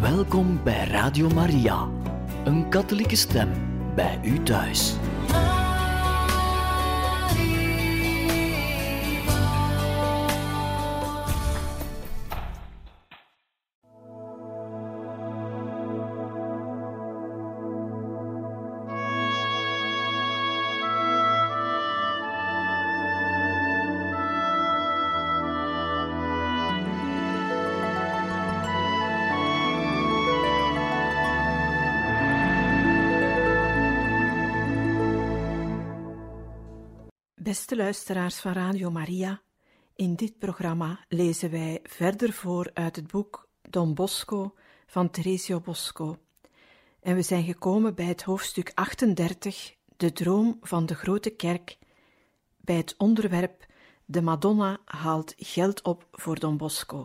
Welkom bij Radio Maria, een katholieke stem bij u thuis. Beste luisteraars van Radio Maria, in dit programma lezen wij verder voor uit het boek Don Bosco van Teresio Bosco. En we zijn gekomen bij het hoofdstuk 38, de droom van de grote kerk, bij het onderwerp De Madonna haalt geld op voor Don Bosco.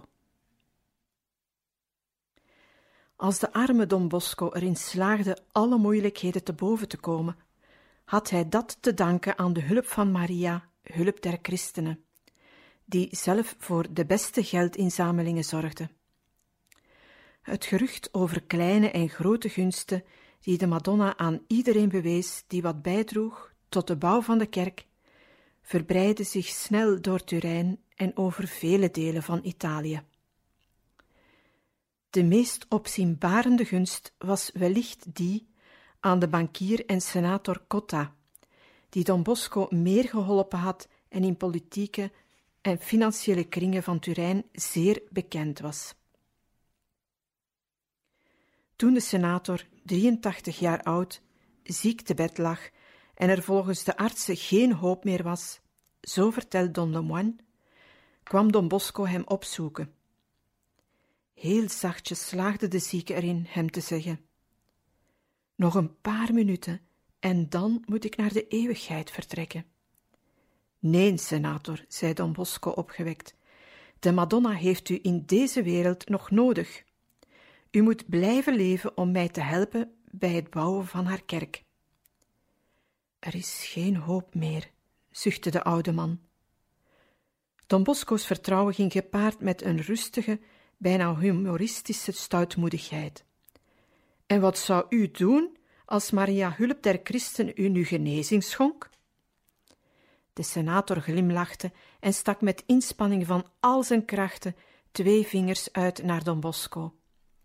Als de arme Don Bosco erin slaagde alle moeilijkheden te boven te komen, had hij dat te danken aan de hulp van Maria, hulp der christenen, die zelf voor de beste geldinzamelingen zorgde. Het gerucht over kleine en grote gunsten die de Madonna aan iedereen bewees die wat bijdroeg tot de bouw van de kerk, verbreidde zich snel door Turijn en over vele delen van Italië. De meest opzienbarende gunst was wellicht die aan de bankier en senator Cotta, die Don Bosco meer geholpen had en in politieke en financiële kringen van Turijn zeer bekend was. Toen de senator, 83 jaar oud, ziek te bed lag en er volgens de artsen geen hoop meer was, zo vertelt Don Lemoine, kwam Don Bosco hem opzoeken. Heel zachtjes slaagde de zieke erin hem te zeggen: nog een paar minuten en dan moet ik naar de eeuwigheid vertrekken. Nee, senator, zei Don Bosco opgewekt, de Madonna heeft u in deze wereld nog nodig. U moet blijven leven om mij te helpen bij het bouwen van haar kerk. Er is geen hoop meer, zuchtte de oude man. Don Bosco's vertrouwen ging gepaard met een rustige, bijna humoristische stoutmoedigheid. En wat zou u doen als Maria, hulp der christen, u nu genezing schonk? De senator glimlachte en stak met inspanning van al zijn krachten 2 vingers uit naar Don Bosco.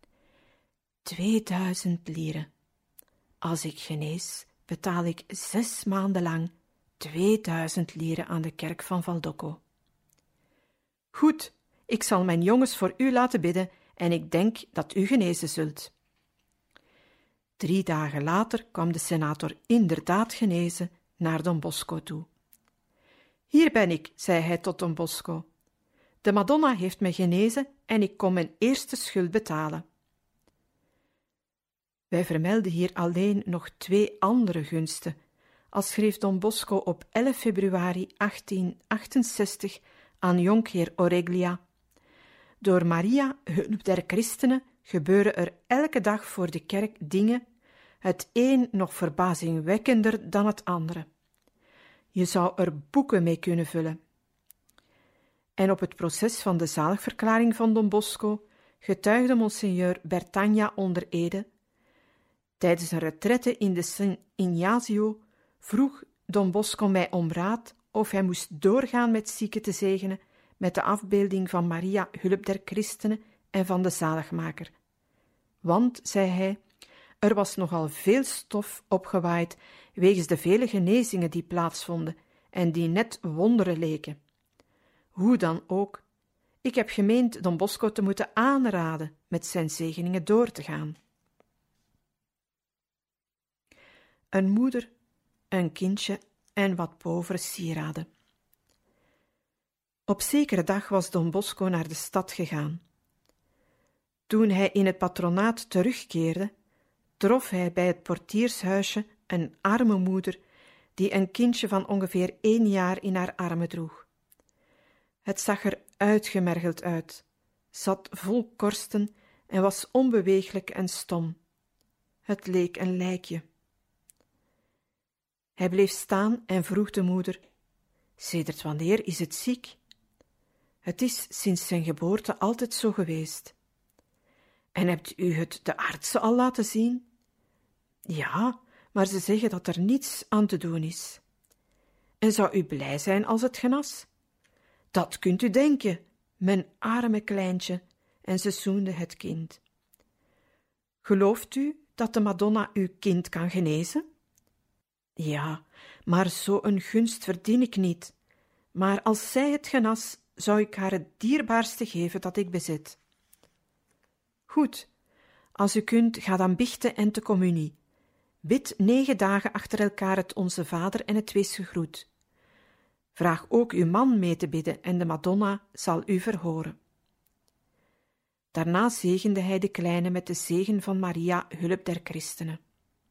2000 lieren. Als ik genees, betaal ik 6 maanden lang 2000 lieren aan de kerk van Valdocco. Goed, ik zal mijn jongens voor u laten bidden en ik denk dat u genezen zult. 3 dagen later kwam de senator inderdaad genezen naar Don Bosco toe. Hier ben ik, zei hij tot Don Bosco. De Madonna heeft me genezen en ik kom mijn eerste schuld betalen. Wij vermelden hier alleen nog 2 andere gunsten, als schreef Don Bosco op 11 februari 1868 aan jonkheer Oreglia. Door Maria, hulp der christenen, gebeuren er elke dag voor de kerk dingen, het een nog verbazingwekkender dan het andere. Je zou er boeken mee kunnen vullen. En op het proces van de zaligverklaring van Don Bosco getuigde monseigneur Bertagna onder ede. Tijdens een retraite in de San Ignazio vroeg Don Bosco mij om raad of hij moest doorgaan met zieken te zegenen met de afbeelding van Maria, hulp der christenen en van de zaligmaker. Want, zei hij, er was nogal veel stof opgewaaid wegens de vele genezingen die plaatsvonden en die net wonderen leken. Hoe dan ook, ik heb gemeend Don Bosco te moeten aanraden met zijn zegeningen door te gaan. Een moeder, een kindje en wat povere sieraden. Op zekere dag was Don Bosco naar de stad gegaan. Toen hij in het patronaat terugkeerde, trof hij bij het portiershuisje een arme moeder die een kindje van ongeveer 1 jaar in haar armen droeg. Het zag er uitgemergeld uit, zat vol korsten en was onbeweeglijk en stom. Het leek een lijkje. Hij bleef staan en vroeg de moeder: sedert wanneer is het ziek? Het is sinds zijn geboorte altijd zo geweest. En hebt u het de artsen al laten zien? Ja, maar ze zeggen dat er niets aan te doen is. En zou u blij zijn als het genas? Dat kunt u denken, mijn arme kleintje, en ze zoende het kind. Gelooft u dat de Madonna uw kind kan genezen? Ja, maar zo'n gunst verdien ik niet. Maar als zij het genas, zou ik haar het dierbaarste geven dat ik bezit. Goed, als u kunt, ga dan biechten en te communie. Bid 9 dagen achter elkaar het Onze Vader en het Weesgegroet. Vraag ook uw man mee te bidden en de Madonna zal u verhoren. Daarna zegende hij de kleine met de zegen van Maria, hulp der christenen.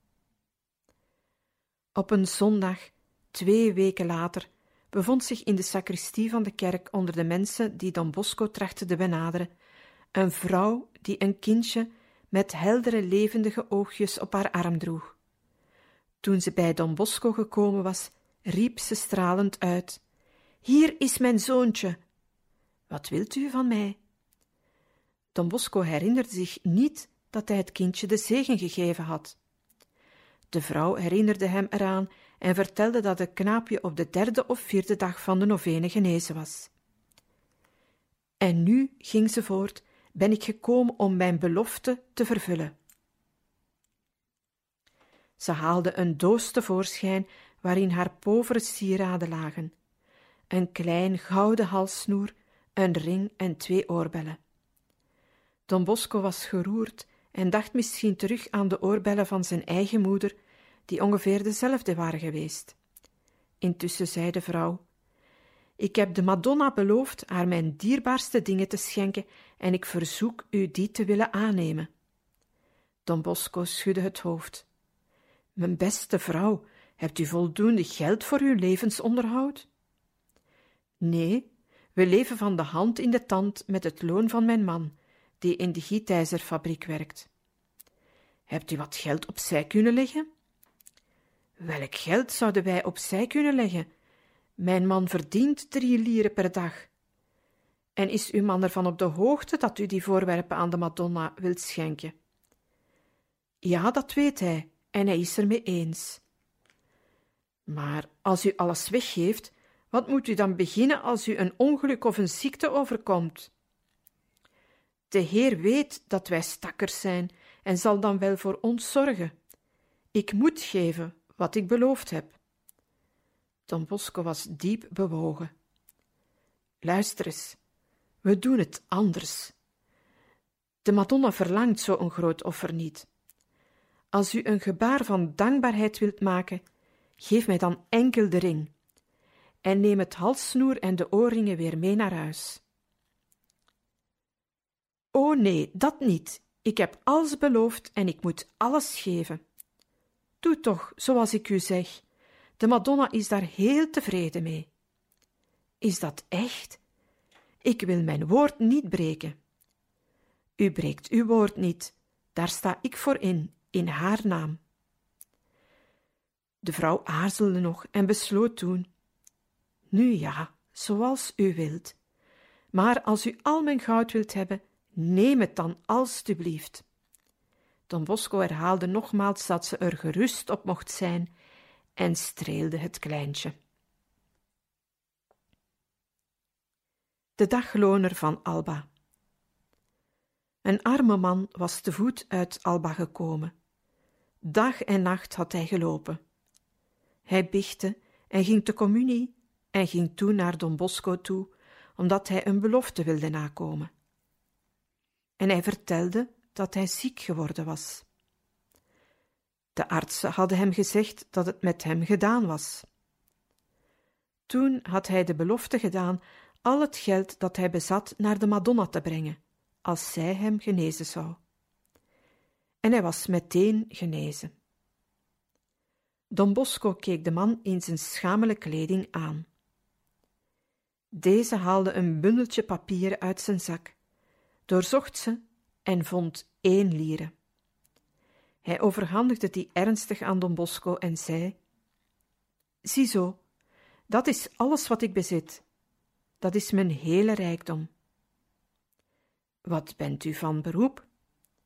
Op een zondag, 2 weken later, bevond zich in de sacristie van de kerk onder de mensen die Don Bosco trachtten te benaderen, een vrouw die een kindje met heldere levendige oogjes op haar arm droeg. Toen ze bij Don Bosco gekomen was, riep ze stralend uit: Hier is mijn zoontje. Wat wilt u van mij? Don Bosco herinnerde zich niet dat hij het kindje de zegen gegeven had. De vrouw herinnerde hem eraan en vertelde dat het knaapje op de 3e of 4e dag van de novene genezen was. En nu, ging ze voort, ben ik gekomen om mijn belofte te vervullen. Ze haalde een doos tevoorschijn waarin haar povere sieraden lagen: een klein gouden halssnoer, een ring en 2 oorbellen. Don Bosco was geroerd en dacht misschien terug aan de oorbellen van zijn eigen moeder, die ongeveer dezelfde waren geweest. Intussen zei de vrouw: Ik heb de Madonna beloofd haar mijn dierbaarste dingen te schenken en ik verzoek u die te willen aannemen. Don Bosco schudde het hoofd. Mijn beste vrouw, hebt u voldoende geld voor uw levensonderhoud? Nee, we leven van de hand in de tand met het loon van mijn man, die in de gietijzerfabriek werkt. Hebt u wat geld opzij kunnen leggen? Welk geld zouden wij opzij kunnen leggen? Mijn man verdient 3 lieren per dag. En is uw man ervan op de hoogte dat u die voorwerpen aan de Madonna wilt schenken? Ja, dat weet hij, en hij is er mee eens. Maar als u alles weggeeft, wat moet u dan beginnen als u een ongeluk of een ziekte overkomt? De Heer weet dat wij stakkers zijn en zal dan wel voor ons zorgen. Ik moet geven wat ik beloofd heb. Don Bosco was diep bewogen. Luister eens, we doen het anders. De Madonna verlangt zo'n groot offer niet. Als u een gebaar van dankbaarheid wilt maken, geef mij dan enkel de ring. En neem het halssnoer en de oorringen weer mee naar huis. O nee, dat niet. Ik heb alles beloofd en ik moet alles geven. Doe toch, zoals ik u zeg. De Madonna is daar heel tevreden mee. Is dat echt? Ik wil mijn woord niet breken. U breekt uw woord niet. Daar sta ik voor in haar naam. De vrouw aarzelde nog en besloot toen: Nu ja, zoals u wilt. Maar als u al mijn goud wilt hebben, neem het dan alstublieft. Don Bosco herhaalde nogmaals dat ze er gerust op mocht zijn en streelde het kleintje. De dagloner van Alba. Een arme man was te voet uit Alba gekomen. Dag en nacht had hij gelopen. Hij biechtte en ging te communie en ging toen naar Don Bosco toe, omdat hij een belofte wilde nakomen. En hij vertelde dat hij ziek geworden was. De artsen hadden hem gezegd dat het met hem gedaan was. Toen had hij de belofte gedaan al het geld dat hij bezat naar de Madonna te brengen, als zij hem genezen zou. En hij was meteen genezen. Don Bosco keek de man in zijn schamele kleding aan. Deze haalde een bundeltje papieren uit zijn zak, doorzocht ze en vond 1 lire. Hij overhandigde die ernstig aan Don Bosco en zei: Ziezo, dat is alles wat ik bezit. Dat is mijn hele rijkdom. Wat bent u van beroep?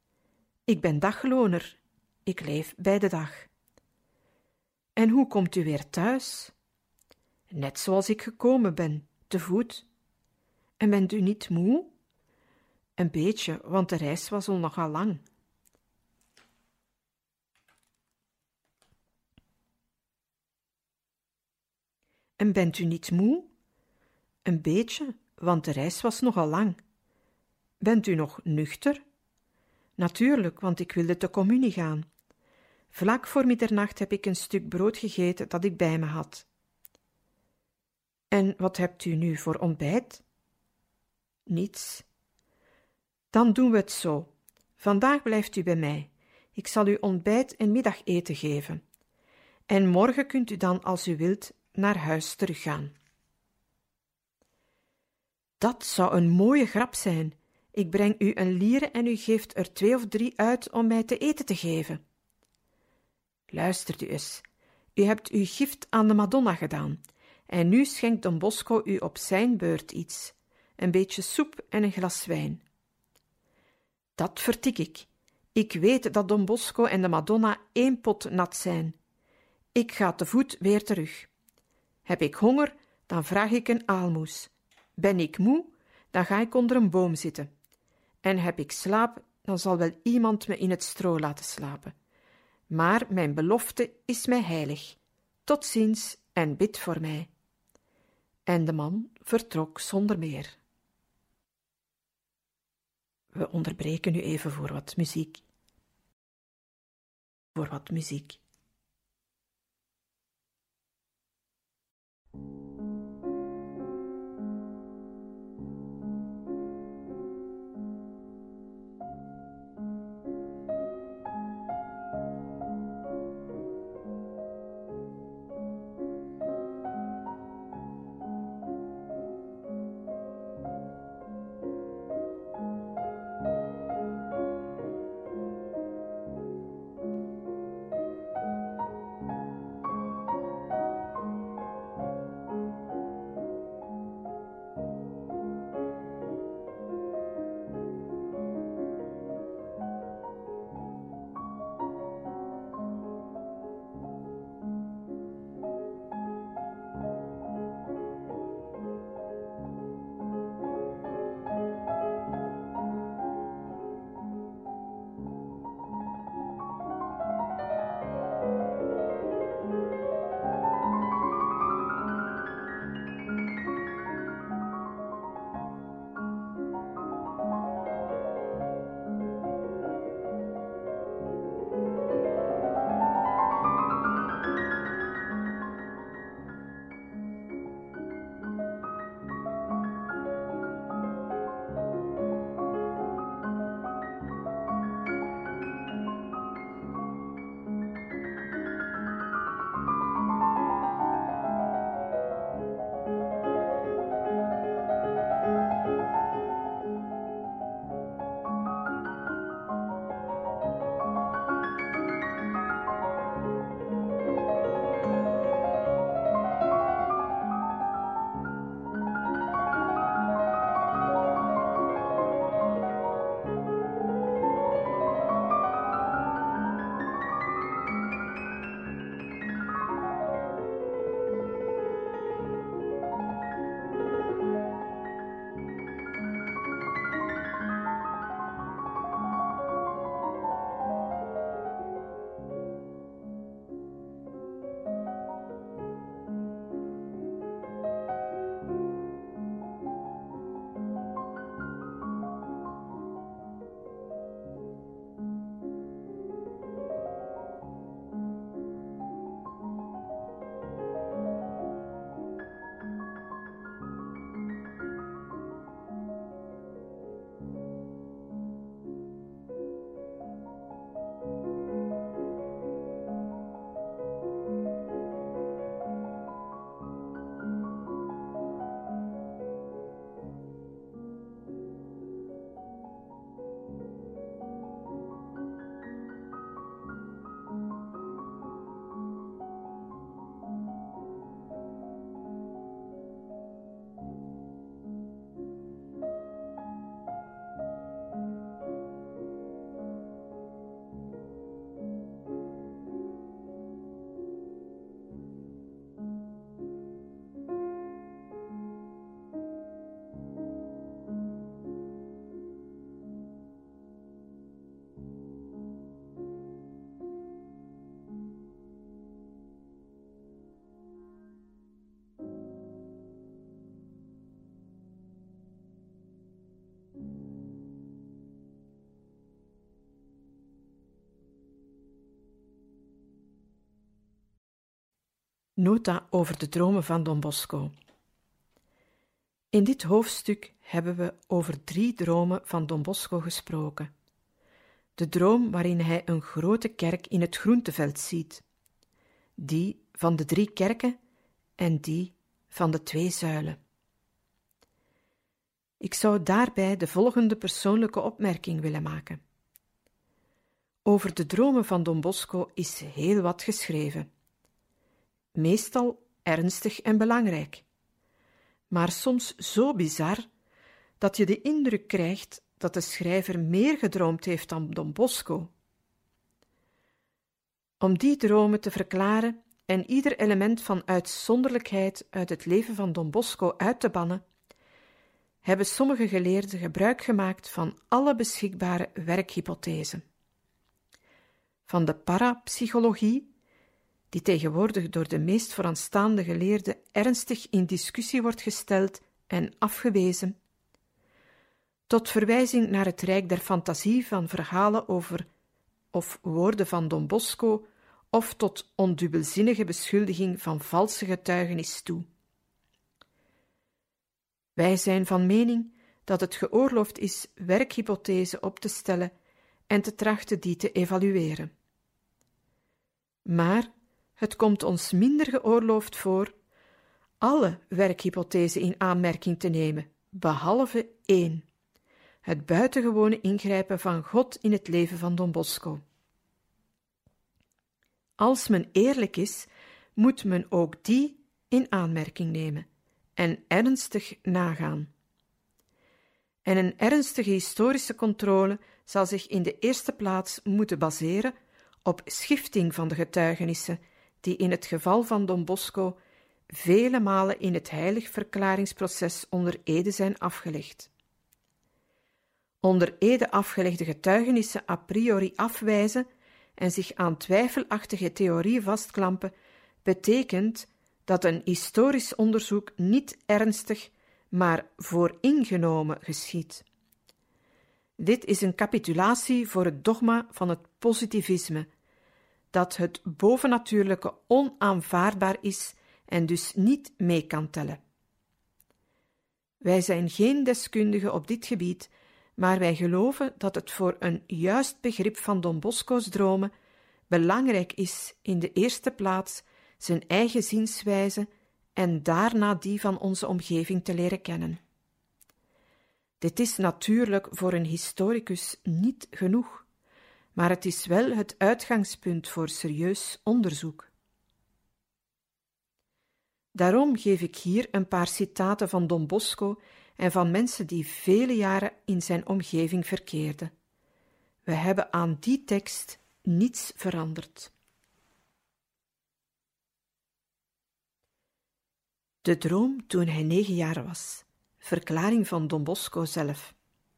Ik ben dagloner. Ik leef bij de dag. En hoe komt u weer thuis? Net zoals ik gekomen ben, te voet. En bent u niet moe? Een beetje, want de reis was al nogal lang. En bent u niet moe? Een beetje, want de reis was nogal lang. Bent u nog nuchter? Natuurlijk, want ik wilde te communie gaan. Vlak voor middernacht heb ik een stuk brood gegeten dat ik bij me had. En wat hebt u nu voor ontbijt? Niets. Dan doen we het zo. Vandaag blijft u bij mij. Ik zal u ontbijt en middageten geven. En morgen kunt u dan, als u wilt, naar huis teruggaan. Dat zou een mooie grap zijn. Ik breng u een liere en u geeft er 2 of 3 uit om mij te eten te geven. Luistert u eens. U hebt uw gift aan de Madonna gedaan. En nu schenkt Don Bosco u op zijn beurt iets. Een beetje soep en een glas wijn. Dat vertik ik. Ik weet dat Don Bosco en de Madonna 1 pot nat zijn. Ik ga te voet weer terug. Heb ik honger, dan vraag ik een aalmoes. Ben ik moe, dan ga ik onder een boom zitten. En heb ik slaap, dan zal wel iemand me in het stro laten slapen. Maar mijn belofte is mij heilig. Tot ziens en bid voor mij. En de man vertrok zonder meer. We onderbreken nu even voor wat muziek. Nota over de dromen van Don Bosco. In dit hoofdstuk hebben we over 3 dromen van Don Bosco gesproken. De droom waarin hij een grote kerk in het groenteveld ziet, die van de 3 kerken en die van de 2 zuilen. Ik zou daarbij de volgende persoonlijke opmerking willen maken. Over de dromen van Don Bosco is heel wat geschreven. Meestal ernstig en belangrijk, maar soms zo bizar dat je de indruk krijgt dat de schrijver meer gedroomd heeft dan Don Bosco. Om die dromen te verklaren en ieder element van uitzonderlijkheid uit het leven van Don Bosco uit te bannen, hebben sommige geleerden gebruik gemaakt van alle beschikbare werkhypothesen. Van de parapsychologie, die tegenwoordig door de meest vooraanstaande geleerden ernstig in discussie wordt gesteld en afgewezen, tot verwijzing naar het rijk der fantasie van verhalen over of woorden van Don Bosco, of tot ondubbelzinnige beschuldiging van valse getuigenis toe. Wij zijn van mening dat het geoorloofd is werkhypothesen op te stellen en te trachten die te evalueren. Maar het komt ons minder geoorloofd voor alle werkhypothesen in aanmerking te nemen, behalve 1: het buitengewone ingrijpen van God in het leven van Don Bosco. Als men eerlijk is, moet men ook die in aanmerking nemen en ernstig nagaan. En een ernstige historische controle zal zich in de eerste plaats moeten baseren op schifting van de getuigenissen, die in het geval van Don Bosco vele malen in het heiligverklaringsproces onder ede zijn afgelegd. Onder ede afgelegde getuigenissen a priori afwijzen en zich aan twijfelachtige theorieën vastklampen, betekent dat een historisch onderzoek niet ernstig, maar vooringenomen geschiedt. Dit is een capitulatie voor het dogma van het positivisme, dat het bovennatuurlijke onaanvaardbaar is en dus niet mee kan tellen. Wij zijn geen deskundigen op dit gebied, maar wij geloven dat het voor een juist begrip van Don Bosco's dromen belangrijk is in de eerste plaats zijn eigen zienswijze en daarna die van onze omgeving te leren kennen. Dit is natuurlijk voor een historicus niet genoeg, maar het is wel het uitgangspunt voor serieus onderzoek. Daarom geef ik hier een paar citaten van Don Bosco en van mensen die vele jaren in zijn omgeving verkeerden. We hebben aan die tekst niets veranderd. De droom toen hij 9 jaar was. Verklaring van Don Bosco zelf.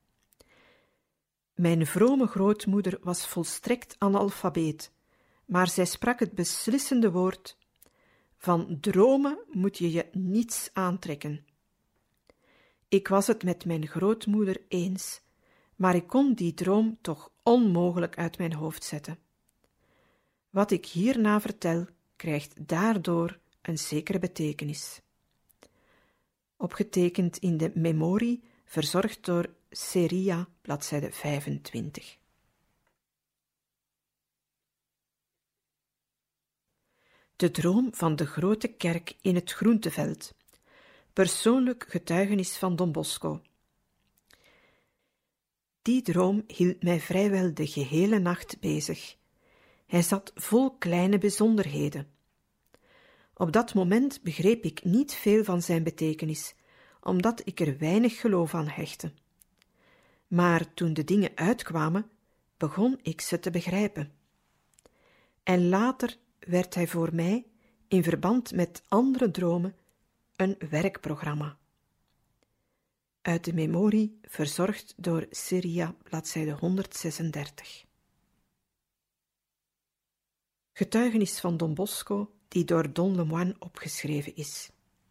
Mijn vrome grootmoeder was volstrekt analfabeet, maar zij sprak het beslissende woord: van dromen moet je je niets aantrekken. Ik was het met mijn grootmoeder eens, maar ik kon die droom toch onmogelijk uit mijn hoofd zetten. Wat ik hierna vertel, krijgt daardoor een zekere betekenis. Opgetekend in de memorie, verzorgd door Seria, bladzijde 25. De droom van de grote kerk in het groenteveld. Persoonlijk getuigenis van Don Bosco. Die droom hield mij vrijwel de gehele nacht bezig. Hij zat vol kleine bijzonderheden. Op dat moment begreep ik niet veel van zijn betekenis, omdat ik er weinig geloof aan hechtte. Maar toen de dingen uitkwamen, begon ik ze te begrijpen. En later werd hij voor mij, in verband met andere dromen, een werkprogramma. Uit de memorie, verzorgd door Seria, bladzijde 136. Getuigenis van Don Bosco, die door Don Lemoine opgeschreven is.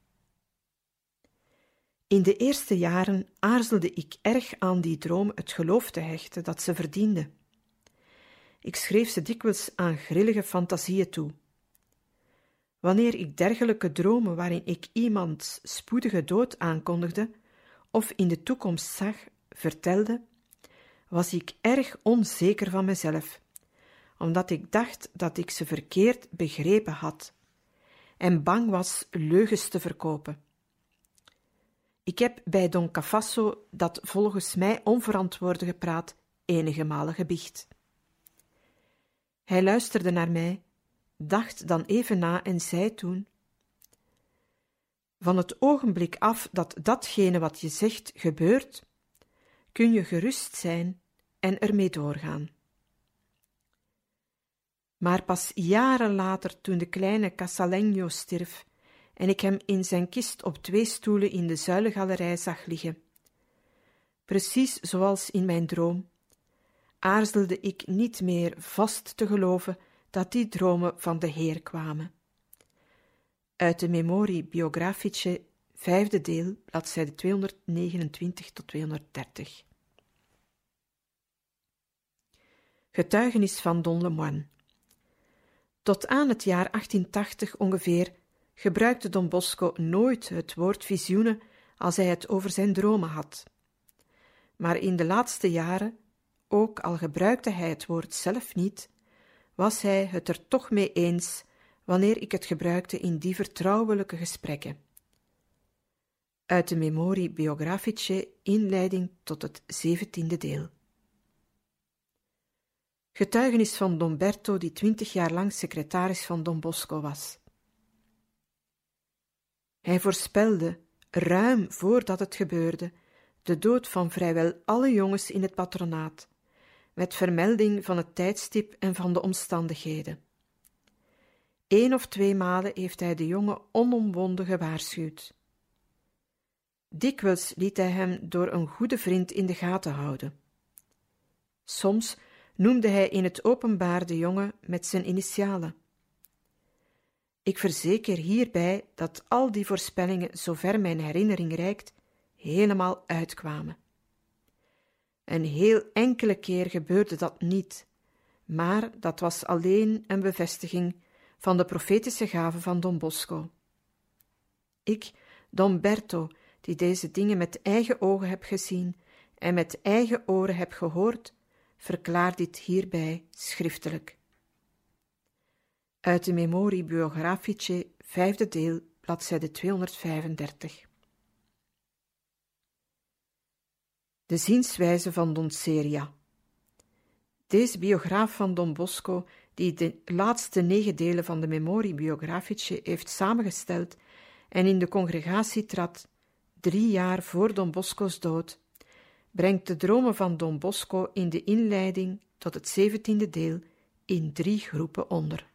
In de eerste jaren aarzelde ik erg aan die droom het geloof te hechten dat ze verdiende. Ik schreef ze dikwijls aan grillige fantasieën toe. Wanneer ik dergelijke dromen waarin ik iemands spoedige dood aankondigde of in de toekomst zag, vertelde, was ik erg onzeker van mezelf, omdat ik dacht dat ik ze verkeerd begrepen had en bang was leugens te verkopen. Ik heb bij Don Cafasso dat volgens mij onverantwoorde gepraat enige malen gebiecht. Hij luisterde naar mij, dacht dan even na en zei toen: van het ogenblik af dat datgene wat je zegt gebeurt, kun je gerust zijn en ermee doorgaan. Maar pas jaren later, toen de kleine Casalegno stierf en ik hem in zijn kist op 2 stoelen in de zuilengalerij zag liggen, precies zoals in mijn droom, aarzelde ik niet meer vast te geloven dat die dromen van de Heer kwamen. Uit de Memorie Biographice, 5e deel, bladzijde 229 tot 230. Getuigenis van Don Lemoine. Tot aan het jaar 1880 ongeveer gebruikte Don Bosco nooit het woord visioenen als hij het over zijn dromen had. Maar in de laatste jaren, ook al gebruikte hij het woord zelf niet, was hij het er toch mee eens wanneer ik het gebruikte in die vertrouwelijke gesprekken. Uit de Memorie Biographice, inleiding tot het 17e deel. Getuigenis van Don Berto, die 20 jaar lang secretaris van Don Bosco was. Hij voorspelde, ruim voordat het gebeurde, de dood van vrijwel alle jongens in het patronaat, met vermelding van het tijdstip en van de omstandigheden. 1 of 2 malen heeft hij de jongen onomwonden gewaarschuwd. Dikwijls liet hij hem door een goede vriend in de gaten houden. Soms noemde hij in het openbaar de jongen met zijn initialen. Ik verzeker hierbij dat al die voorspellingen, zover mijn herinnering reikt, helemaal uitkwamen. Een heel enkele keer gebeurde dat niet, maar dat was alleen een bevestiging van de profetische gave van Don Bosco. Ik, Don Berto, die deze dingen met eigen ogen heb gezien en met eigen oren heb gehoord, verklaar dit hierbij schriftelijk. Uit de Memorie Biographice, 5e deel, bladzijde 235. De zienswijze van Don Seria. Deze biograaf van Don Bosco, die de laatste 9 delen van de Memorie Biographice heeft samengesteld en in de congregatie trad 3 jaar voor Don Bosco's dood, brengt de dromen van Don Bosco in de inleiding tot het 17e deel in 3 groepen onder.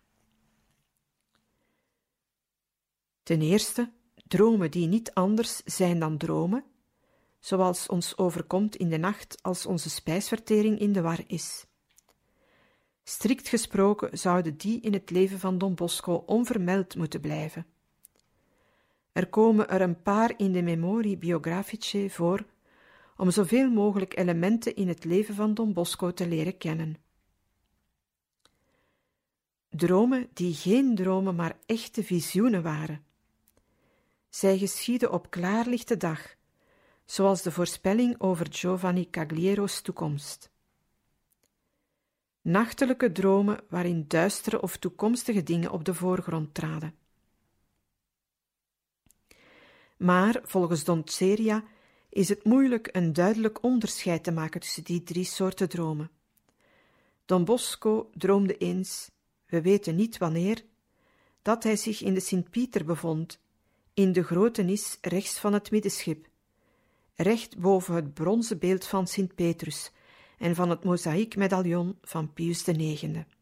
Ten eerste, dromen die niet anders zijn dan dromen, zoals ons overkomt in de nacht als onze spijsvertering in de war is. Strikt gesproken zouden die in het leven van Don Bosco onvermeld moeten blijven. Er komen er een paar in de Memorie Biographice voor, om zoveel mogelijk elementen in het leven van Don Bosco te leren kennen. Dromen die geen dromen, maar echte visioenen waren. Zij geschieden op klaarlichte dag, zoals de voorspelling over Giovanni Cagliero's toekomst. Nachtelijke dromen waarin duistere of toekomstige dingen op de voorgrond traden. Maar, volgens Don Seria, is het moeilijk een duidelijk onderscheid te maken tussen die 3 soorten dromen. Don Bosco droomde eens, we weten niet wanneer, dat hij zich in de Sint-Pieter bevond, in de grote nis rechts van het middenschip, recht boven het bronzen beeld van Sint Petrus en van het mozaïekmedaillon van Pius IX.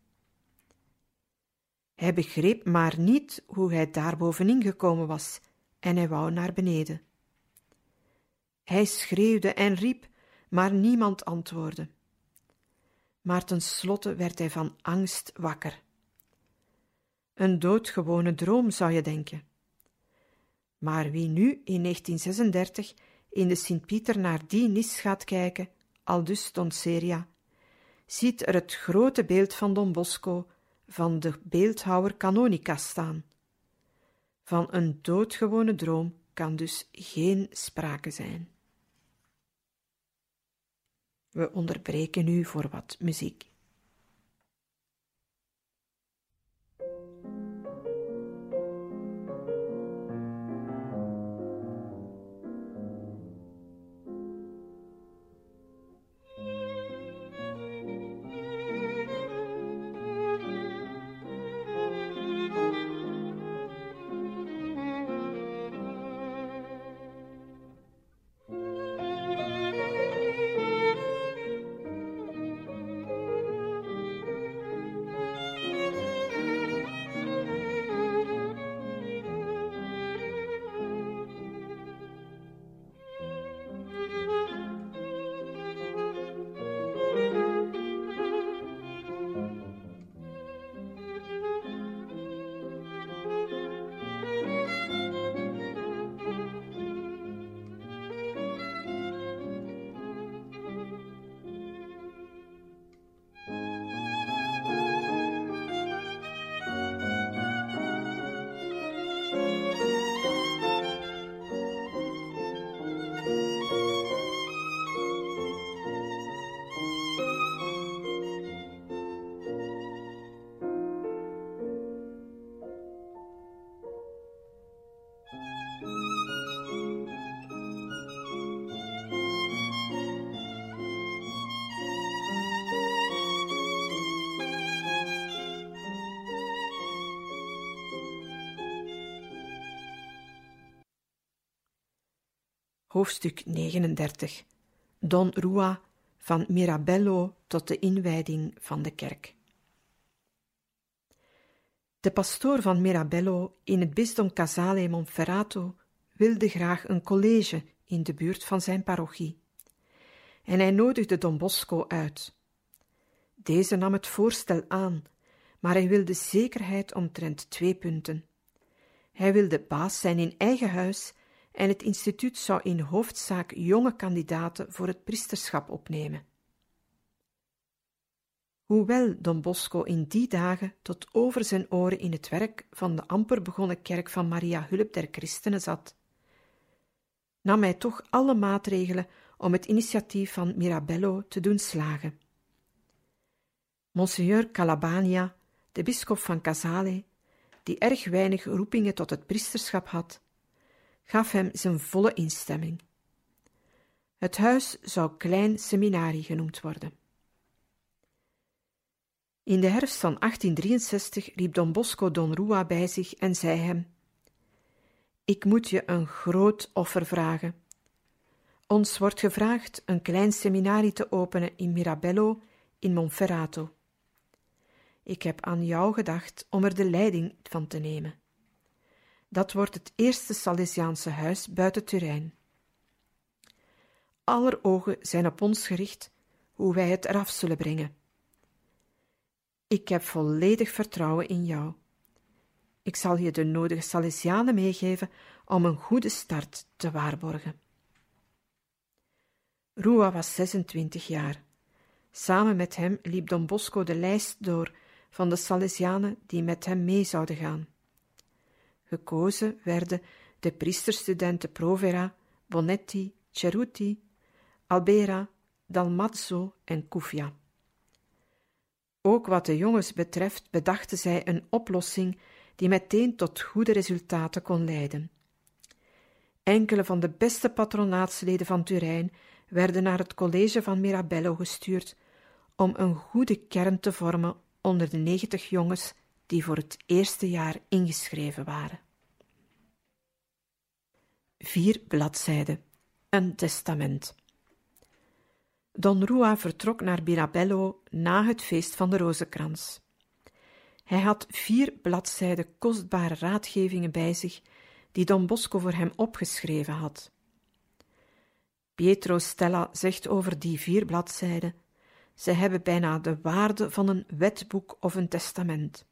Hij begreep maar niet hoe hij daar bovenin gekomen was en hij wou naar beneden. Hij schreeuwde en riep, maar niemand antwoordde. Maar tenslotte werd hij van angst wakker. Een doodgewone droom, zou je denken. Maar wie nu in 1936 in de Sint-Pieter naar die nis gaat kijken, aldus Don Seria, ziet er het grote beeld van Don Bosco van de beeldhouwer Canonica staan, Van een doodgewone droom kan dus geen sprake zijn. We onderbreken nu voor wat muziek. Hoofdstuk 39. Don Rua, van Mirabello tot de inwijding van de kerk. De pastoor van Mirabello in het bisdom Casale Monferrato wilde graag een college in de buurt van zijn parochie. En hij nodigde Don Bosco uit. Deze nam het voorstel aan, maar hij wilde zekerheid omtrent 2 punten. Hij wilde baas zijn in eigen huis en het instituut zou in hoofdzaak jonge kandidaten voor het priesterschap opnemen. Hoewel Don Bosco in die dagen tot over zijn oren in het werk van de amper begonnen kerk van Maria Hulp der Christenen zat, nam hij toch alle maatregelen om het initiatief van Mirabello te doen slagen. Monseigneur Calabania, de bisschop van Casale, die erg weinig roepingen tot het priesterschap had, gaf hem zijn volle instemming. Het huis zou Klein Seminarie genoemd worden. In de herfst van 1863 riep Don Bosco Don Rua bij zich en zei hem: Ik moet je een groot offer vragen. Ons wordt gevraagd een klein seminarie te openen in Mirabello in Monferrato. Ik heb aan jou gedacht om er de leiding van te nemen. Dat wordt het eerste Salesiaanse huis buiten Turijn. Aller ogen zijn op ons gericht, hoe wij het eraf zullen brengen. Ik heb volledig vertrouwen in jou. Ik zal je de nodige Salesianen meegeven om een goede start te waarborgen. Rua was 26 jaar. Samen met hem liep Don Bosco de lijst door van de Salesianen die met hem mee zouden gaan. Gekozen werden de priesterstudenten Provera, Bonetti, Ceruti, Albera, Dalmazzo en Cuffia. Ook wat de jongens betreft bedachten zij een oplossing die meteen tot goede resultaten kon leiden. Enkele van de beste patronaatsleden van Turijn werden naar het college van Mirabello gestuurd om een goede kern te vormen onder de 90 jongens die voor het eerste jaar ingeschreven waren. 4 bladzijden. Een testament. Don Rua vertrok naar Mirabello na het feest van de Rozenkrans. Hij had 4 bladzijden kostbare raadgevingen bij zich, die Don Bosco voor hem opgeschreven had. Pietro Stella zegt over die 4 bladzijden: ze hebben bijna de waarde van een wetboek of een testament.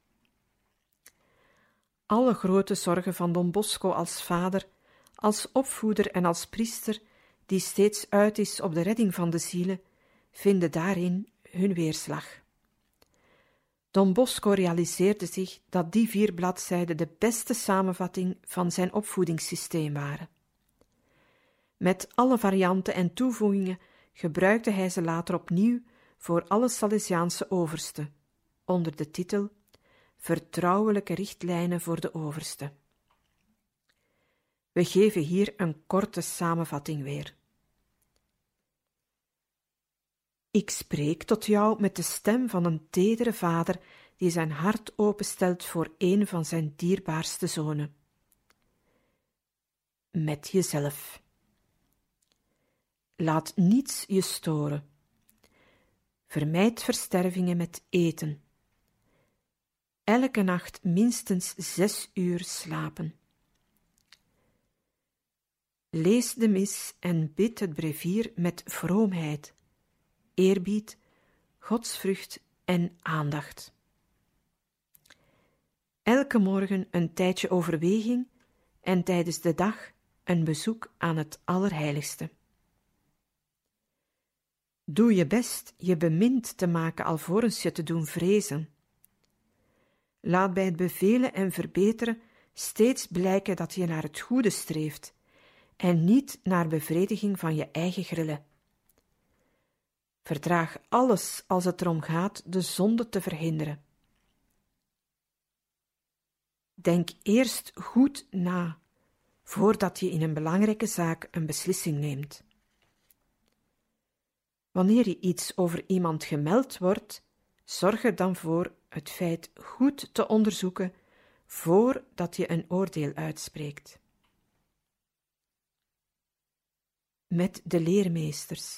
Alle grote zorgen van Don Bosco als vader, als opvoeder en als priester, die steeds uit is op de redding van de zielen, vinden daarin hun weerslag. Don Bosco realiseerde zich dat die 4 bladzijden de beste samenvatting van zijn opvoedingssysteem waren. Met alle varianten en toevoegingen gebruikte hij ze later opnieuw voor alle Salesiaanse oversten, onder de titel Vertrouwelijke richtlijnen voor de overste. We geven hier een korte samenvatting weer. Ik spreek tot jou met de stem van een tedere vader die zijn hart openstelt voor een van zijn dierbaarste zonen. Met jezelf. Laat niets je storen. Vermijd verstervingen met eten. Elke nacht minstens 6 uur slapen. Lees de mis en bid het brevier met vroomheid, eerbied, godsvrucht en aandacht. Elke morgen een tijdje overweging en tijdens de dag een bezoek aan het Allerheiligste. Doe je best je bemind te maken alvorens je te doen vrezen. Laat bij het bevelen en verbeteren steeds blijken dat je naar het goede streeft en niet naar bevrediging van je eigen grillen. Verdraag alles als het erom gaat de zonde te verhinderen. Denk eerst goed na, voordat je in een belangrijke zaak een beslissing neemt. Wanneer je iets over iemand gemeld wordt, zorg er dan voor het feit goed te onderzoeken voordat je een oordeel uitspreekt. Met de leermeesters.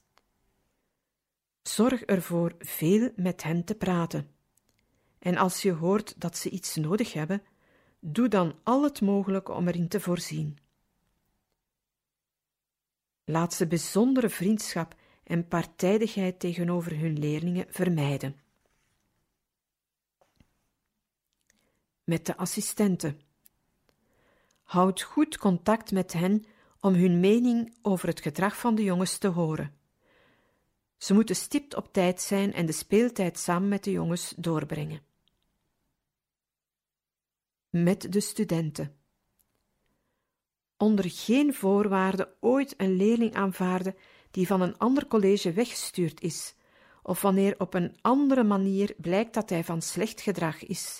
Zorg ervoor veel met hen te praten. En als je hoort dat ze iets nodig hebben, doe dan al het mogelijke om erin te voorzien. Laat ze bijzondere vriendschap en partijdigheid tegenover hun leerlingen vermijden. Met de assistenten. Houd goed contact met hen om hun mening over het gedrag van de jongens te horen. Ze moeten stipt op tijd zijn en de speeltijd samen met de jongens doorbrengen. Met de studenten. Onder geen voorwaarde ooit een leerling aanvaarden die van een ander college weggestuurd is, of wanneer op een andere manier blijkt dat hij van slecht gedrag is.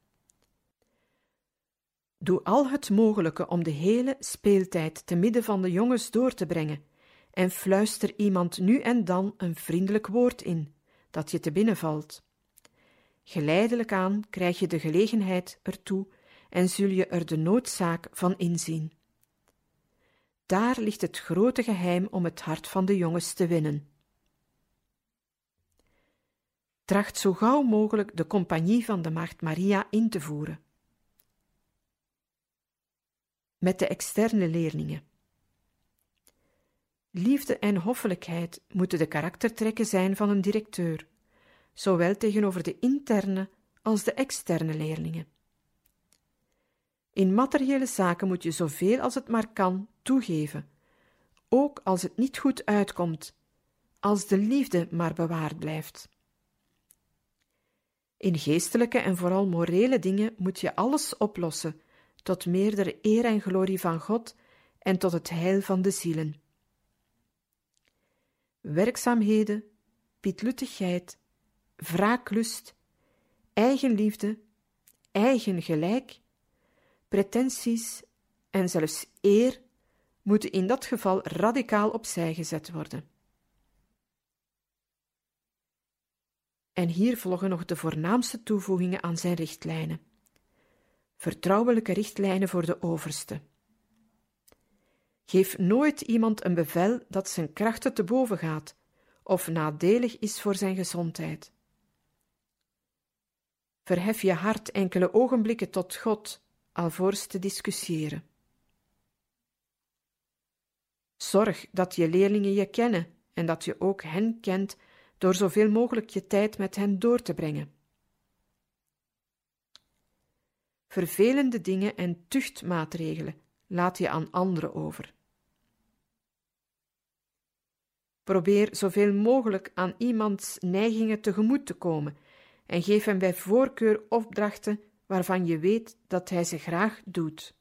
Doe al het mogelijke om de hele speeltijd te midden van de jongens door te brengen en fluister iemand nu en dan een vriendelijk woord in, dat je te binnen valt. Geleidelijk aan krijg je de gelegenheid ertoe en zul je er de noodzaak van inzien. Daar ligt het grote geheim om het hart van de jongens te winnen. Tracht zo gauw mogelijk de compagnie van de Maagd Maria in te voeren. Met de externe leerlingen. Liefde en hoffelijkheid moeten de karaktertrekken zijn van een directeur, zowel tegenover de interne als de externe leerlingen. In materiële zaken moet je zoveel als het maar kan toegeven, ook als het niet goed uitkomt, als de liefde maar bewaard blijft. In geestelijke en vooral morele dingen moet je alles oplossen, tot meerdere eer en glorie van God en tot het heil van de zielen. Werkzaamheden, pietluttigheid, wraaklust, eigenliefde, eigen gelijk, pretenties en zelfs eer moeten in dat geval radicaal opzij gezet worden. En hier volgen nog de voornaamste toevoegingen aan zijn richtlijnen. Vertrouwelijke richtlijnen voor de overste. Geef nooit iemand een bevel dat zijn krachten te boven gaat of nadelig is voor zijn gezondheid. Verhef je hart enkele ogenblikken tot God, alvorens te discussiëren. Zorg dat je leerlingen je kennen en dat je ook hen kent door zoveel mogelijk je tijd met hen door te brengen. Vervelende dingen en tuchtmaatregelen laat je aan anderen over. Probeer zoveel mogelijk aan iemands neigingen tegemoet te komen en geef hem bij voorkeur opdrachten waarvan je weet dat hij ze graag doet.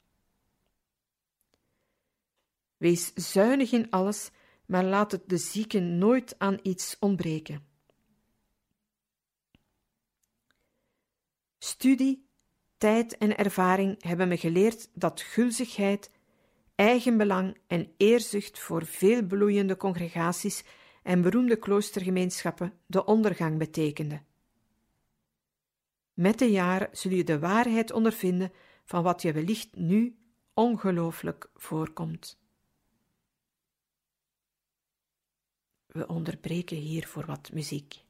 Wees zuinig in alles, maar laat het de zieke nooit aan iets ontbreken. Studie, tijd en ervaring hebben me geleerd dat gulzigheid, eigenbelang en eerzucht voor veel bloeiende congregaties en beroemde kloostergemeenschappen de ondergang betekende. Met de jaren zul je de waarheid ondervinden van wat je wellicht nu ongelooflijk voorkomt. We onderbreken hier voor wat muziek.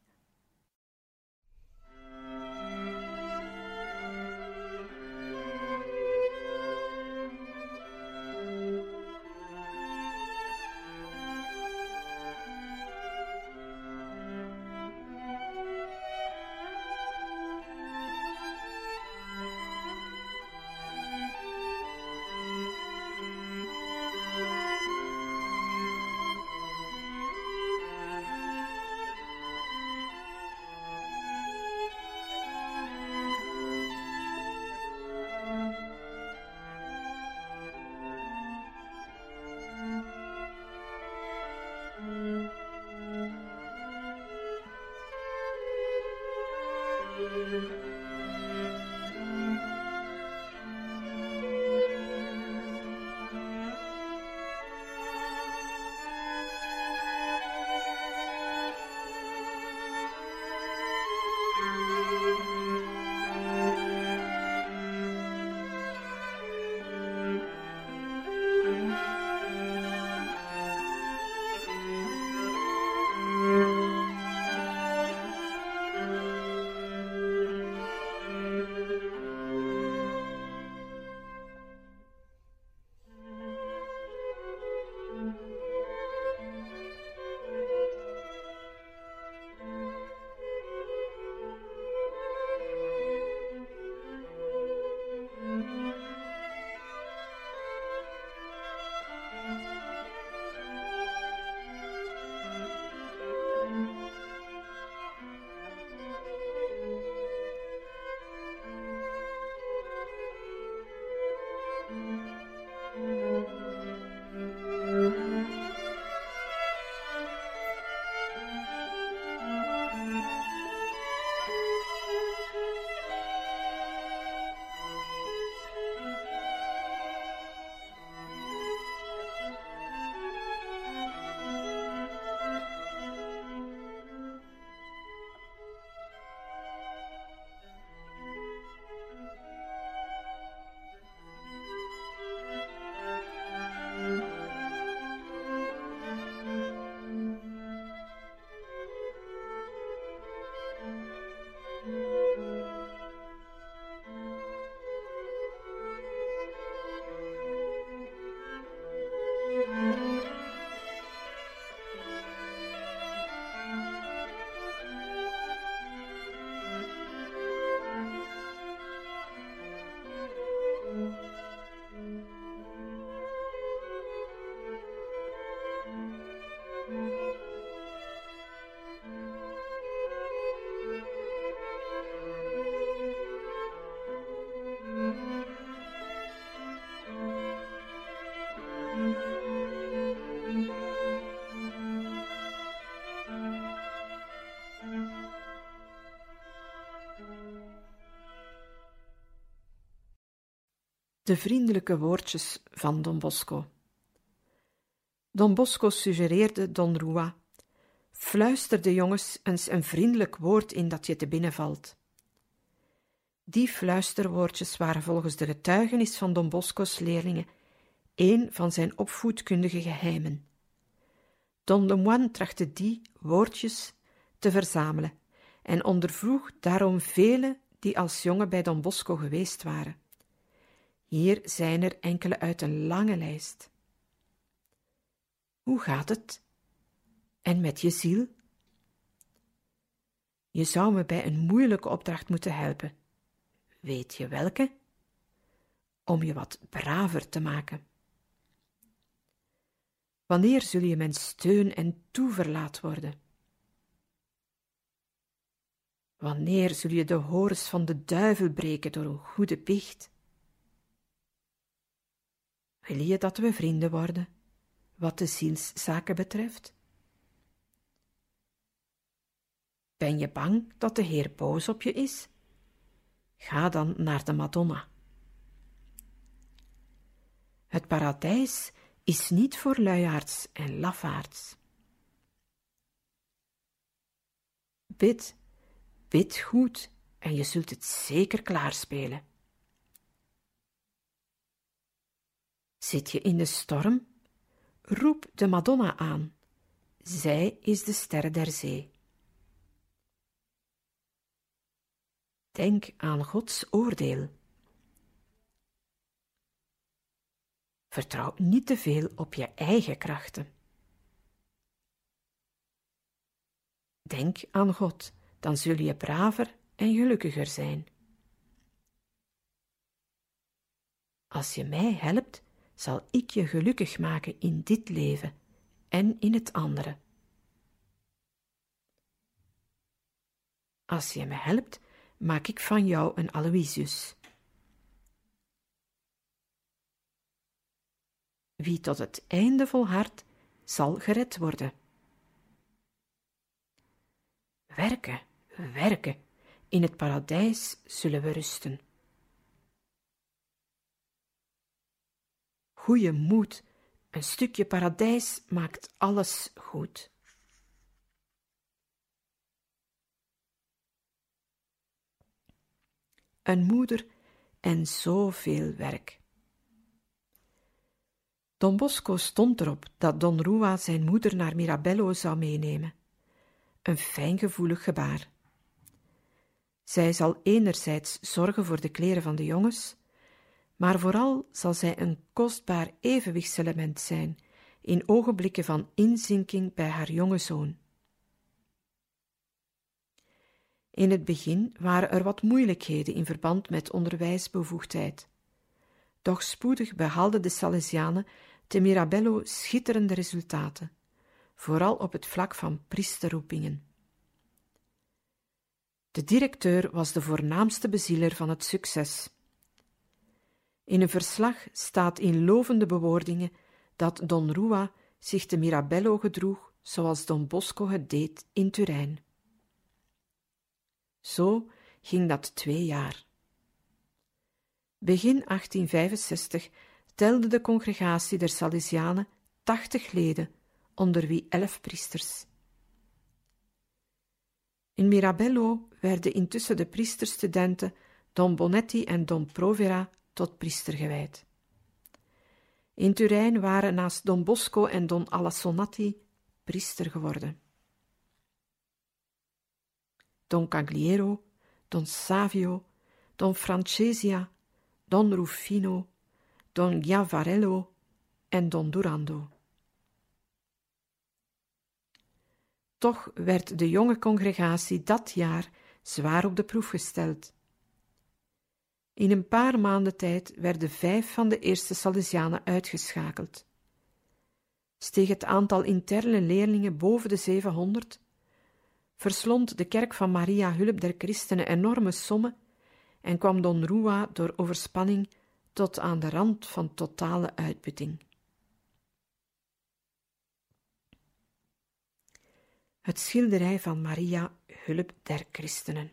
De vriendelijke woordjes van Don Bosco. Don Bosco suggereerde Don Rua: fluister de jongens eens een vriendelijk woord in dat je te binnen valt. Die fluisterwoordjes waren volgens de getuigenis van Don Bosco's leerlingen een van zijn opvoedkundige geheimen. Don Lemoine trachtte die woordjes te verzamelen en ondervroeg daarom velen die als jongen bij Don Bosco geweest waren. Hier zijn er enkele uit een lange lijst. Hoe gaat het? En met je ziel? Je zou me bij een moeilijke opdracht moeten helpen. Weet je welke? Om je wat braver te maken. Wanneer zul je mijn steun en toeverlaat worden? Wanneer zul je de horens van de duivel breken door een goede biecht? Wil je dat we vrienden worden, wat de zielszaken betreft? Ben je bang dat de Heer boos op je is? Ga dan naar de Madonna. Het paradijs is niet voor luiaards en lafaards. Bid goed en je zult het zeker klaarspelen. Zit je in de storm? Roep de Madonna aan. Zij is de ster der zee. Denk aan Gods oordeel. Vertrouw niet te veel op je eigen krachten. Denk aan God, dan zul je braver en gelukkiger zijn. Als je mij helpt, zal ik je gelukkig maken in dit leven en in het andere. Als je me helpt, maak ik van jou een Aloysius. Wie tot het einde volhardt, zal gered worden. Werken, werken, in het paradijs zullen we rusten. Goeie moed, een stukje paradijs maakt alles goed. Een moeder en zoveel werk. Don Bosco stond erop dat Don Rua zijn moeder naar Mirabello zou meenemen. Een fijngevoelig gebaar. Zij zal enerzijds zorgen voor de kleren van de jongens, maar vooral zal zij een kostbaar evenwichtselement zijn in ogenblikken van inzinking bij haar jonge zoon. In het begin waren er wat moeilijkheden in verband met onderwijsbevoegdheid. Doch spoedig behaalden de Salesianen te Mirabello schitterende resultaten, vooral op het vlak van priesterroepingen. De directeur was de voornaamste bezieler van het succes. In een verslag staat in lovende bewoordingen dat Don Rua zich te Mirabello gedroeg zoals Don Bosco het deed in Turijn. Zo ging dat 2 jaar. Begin 1865 telde de congregatie der Salesianen 80 leden, onder wie 11 priesters. In Mirabello werden intussen de priesterstudenten Don Bonetti en Don Provera tot priester gewijd. In Turijn waren naast Don Bosco en Don Alassonati priester geworden. Don Cagliero, Don Savio, Don Francesia, Don Rufino, Don Giavarello en Don Durando. Toch werd de jonge congregatie dat jaar zwaar op de proef gesteld. In een paar maanden tijd werden 5 van de eerste Salesianen uitgeschakeld. Steeg het aantal interne leerlingen boven de 700, verslond de kerk van Maria Hulp der Christenen enorme sommen en kwam Don Rua door overspanning tot aan de rand van totale uitputting. Het schilderij van Maria Hulp der Christenen.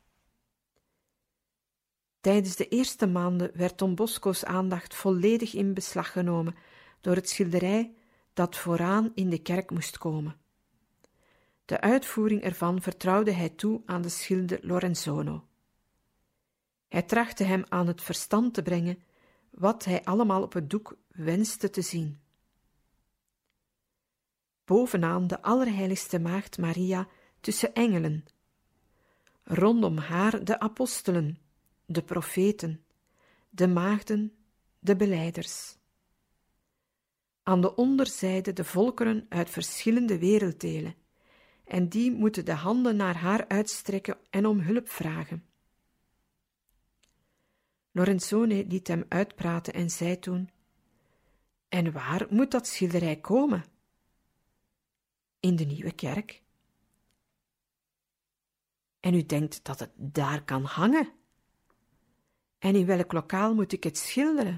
Tijdens de eerste maanden werd Don Bosco's aandacht volledig in beslag genomen door het schilderij dat vooraan in de kerk moest komen. De uitvoering ervan vertrouwde hij toe aan de schilder Lorenzano. Hij trachtte hem aan het verstand te brengen wat hij allemaal op het doek wenste te zien. Bovenaan de Allerheiligste Maagd Maria tussen engelen. Rondom haar de apostelen, de profeten, de maagden, de belijders. Aan de onderzijde de volkeren uit verschillende werelddelen, en die moeten de handen naar haar uitstrekken en om hulp vragen. Lorenzone liet hem uitpraten en zei toen: En waar moet dat schilderij komen? In de nieuwe kerk. En u denkt dat het daar kan hangen? En in welk lokaal moet ik het schilderen?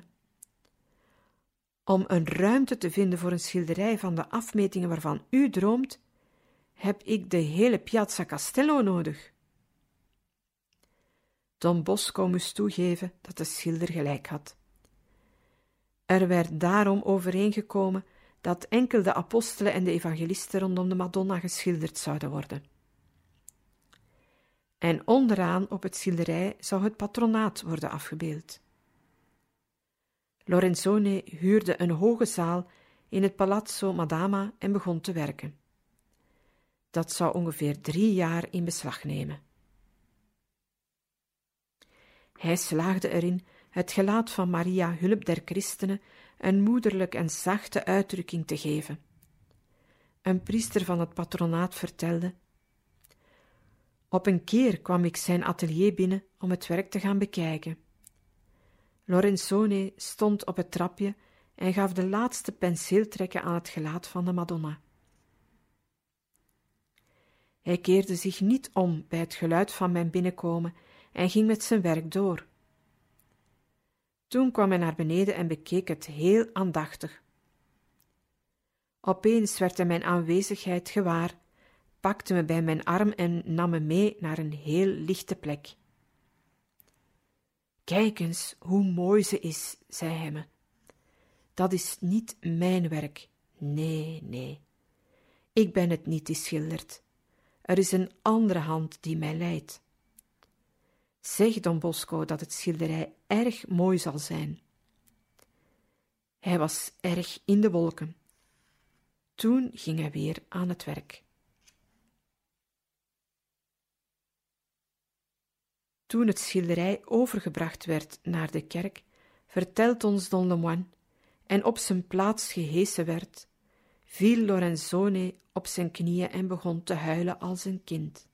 Om een ruimte te vinden voor een schilderij van de afmetingen waarvan u droomt, heb ik de hele Piazza Castello nodig. Don Bosco moest toegeven dat de schilder gelijk had. Er werd daarom overeengekomen dat enkel de apostelen en de evangelisten rondom de Madonna geschilderd zouden worden. En onderaan op het schilderij zou het patronaat worden afgebeeld. Lorenzone huurde een hoge zaal in het Palazzo Madama en begon te werken. Dat zou ongeveer 3 jaar in beslag nemen. Hij slaagde erin het gelaat van Maria, hulp der christenen, een moederlijk en zachte uitdrukking te geven. Een priester van het patronaat vertelde: op een keer kwam ik zijn atelier binnen om het werk te gaan bekijken. Lorenzone stond op het trapje en gaf de laatste penseeltrekken aan het gelaat van de Madonna. Hij keerde zich niet om bij het geluid van mijn binnenkomen en ging met zijn werk door. Toen kwam hij naar beneden en bekeek het heel aandachtig. Opeens werd hij mijn aanwezigheid gewaar, pakte me bij mijn arm en nam me mee naar een heel lichte plek. Kijk eens hoe mooi ze is, zei hij me. Dat is niet mijn werk. Nee, nee. Ik ben het niet die schildert. Er is een andere hand die mij leidt. Zeg Don Bosco dat het schilderij erg mooi zal zijn. Hij was erg in de wolken. Toen ging hij weer aan het werk. Toen het schilderij overgebracht werd naar de kerk, vertelt ons Don Lemoine, en op zijn plaats gehesen werd, viel Lorenzone op zijn knieën en begon te huilen als een kind.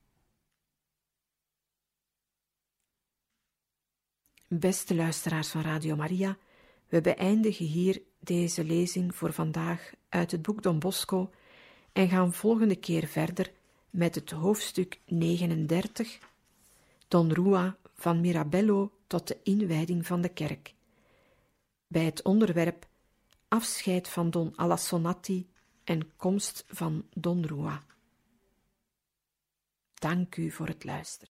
Beste luisteraars van Radio Maria, we beëindigen hier deze lezing voor vandaag uit het boek Don Bosco en gaan volgende keer verder met het hoofdstuk 39, Don Rua van Mirabello tot de inwijding van de kerk, bij het onderwerp afscheid van Don Alassonati en komst van Don Rua. Dank u voor het luisteren.